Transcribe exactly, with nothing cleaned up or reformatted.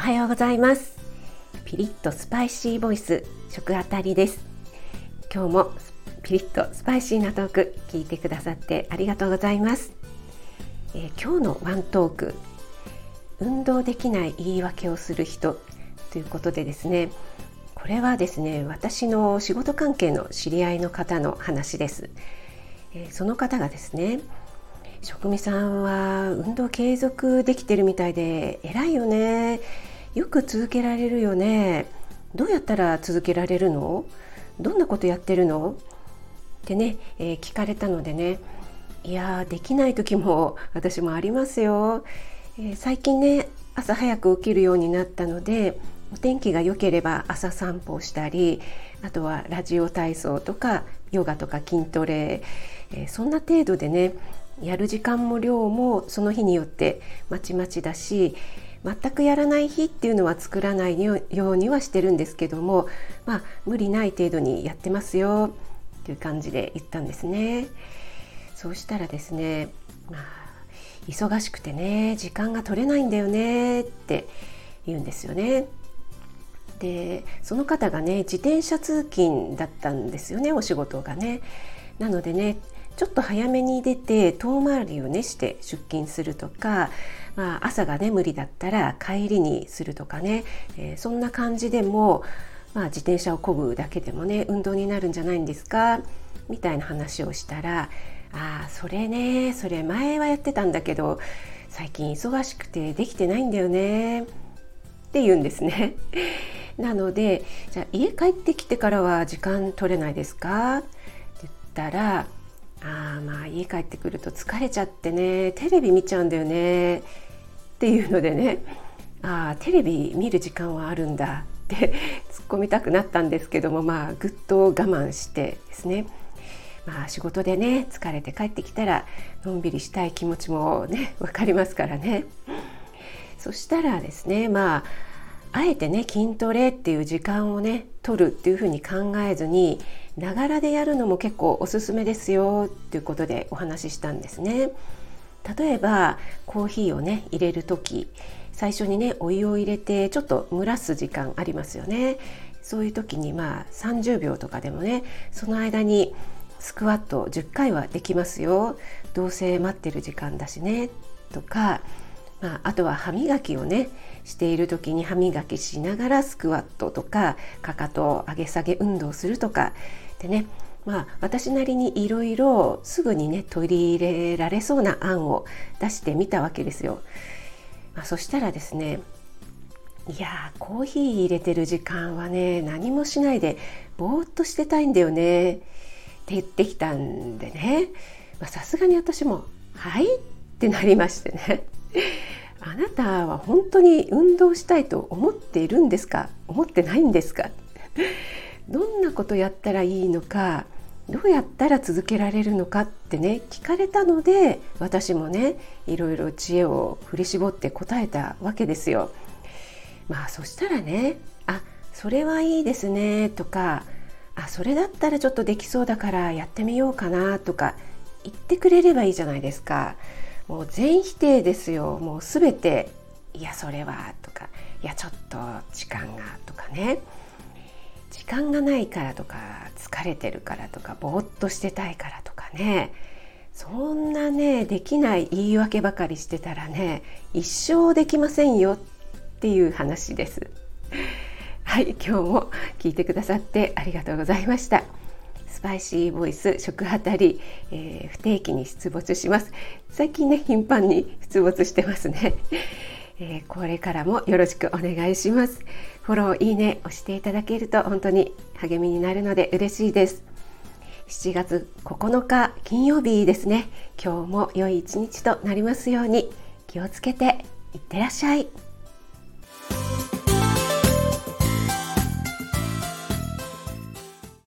はようございます。ピリッとスパイシーボイス食あたりです。今日もピリッとスパイシーなトーク聞いてくださってありがとうございます。えー、今日のワントーク、運動できない言い訳をする人ということでですね、これはですね、私の仕事関係の知り合いの方の話です。えー、その方がですね、職味さんは運動継続できてるみたいで偉いよね、よく続けられるよね、どうやったら続けられるの、どんなことやってるのってね、えー、聞かれたのでね、いやできない時も私もありますよ。えー、最近ね朝早く起きるようになったので、お天気が良ければ朝散歩をしたり、あとはラジオ体操とかヨガとか筋トレ、えー、そんな程度でね、やる時間も量もその日によってまちまちだし、全くやらない日っていうのは作らないようにはしてるんですけども、まあ無理ない程度にやってますよっていう感じで言ったんですね。そうしたらですね、まあ、忙しくてね時間が取れないんだよねって言うんですよね。でその方がね自転車通勤だったんですよね、お仕事がね。なのでね、ちょっと早めに出て遠回りをねして出勤するとか、まあ、朝がね無理だったら帰りにするとかね、えー、そんな感じでも、まあ、自転車を漕ぐだけでもね運動になるんじゃないんですかみたいな話をしたら、ああそれね、それ前はやってたんだけど最近忙しくてできてないんだよねって言うんですね。なので、じゃあ家帰ってきてからは時間取れないですかって言ったら、あまあ家帰ってくると疲れちゃってねテレビ見ちゃうんだよねっていうのでね、あテレビ見る時間はあるんだって突っ込みたくなったんですけども、まあぐっと我慢してですね、まあ仕事でね疲れて帰ってきたらのんびりしたい気持ちもねわかりますからね。そしたらですね、まああえてね筋トレっていう時間をね取るっていうふうに考えずに、ながらでやるのも結構おすすめですよっていうことでお話ししたんですね。例えばコーヒーをね入れるとき、最初にねお湯を入れてちょっと蒸らす時間ありますよね。そういう時にまあさんじゅうびょうとかでもね、その間にスクワットじゅっかいはできますよ、どうせ待ってる時間だしねとか、まあ、あとは歯磨きをねしている時に歯磨きしながらスクワットとかかかと上げ下げ運動するとかでね、まあ私なりにいろいろすぐにね取り入れられそうな案を出してみたわけですよ。まあ、そしたらですね、いやコーヒー入れてる時間はね何もしないでぼーっとしてたいんだよねって言ってきたんでね、さすがに私もはいってなりましてね、あなたは本当に運動したいと思っているんですか、思ってないんですか、どんなことやったらいいのか、どうやったら続けられるのかってね聞かれたので、私もねいろいろ知恵を振り絞って答えたわけですよ。まあそしたらね、あそれはいいですねとか、あそれだったらちょっとできそうだからやってみようかなとか言ってくれればいいじゃないですか。もう全否定ですよ。もうすべていやそれはとか、いやちょっと時間がとかね、時間がないからとか疲れてるからとかぼーっとしてたいからとかね、そんなねできない言い訳ばかりしてたらね一生できませんよっていう話です。はい、今日も聞いてくださってありがとうございました。スパイシーボイス食あたり、えー、不定期に出没します。最近ね頻繁に出没してますね。えー、これからもよろしくお願いします。フォローいいね押していただけると本当に励みになるので嬉しいです。しちがつここのか金曜日ですね。今日も良い一日となりますように。気をつけていってらっしゃい。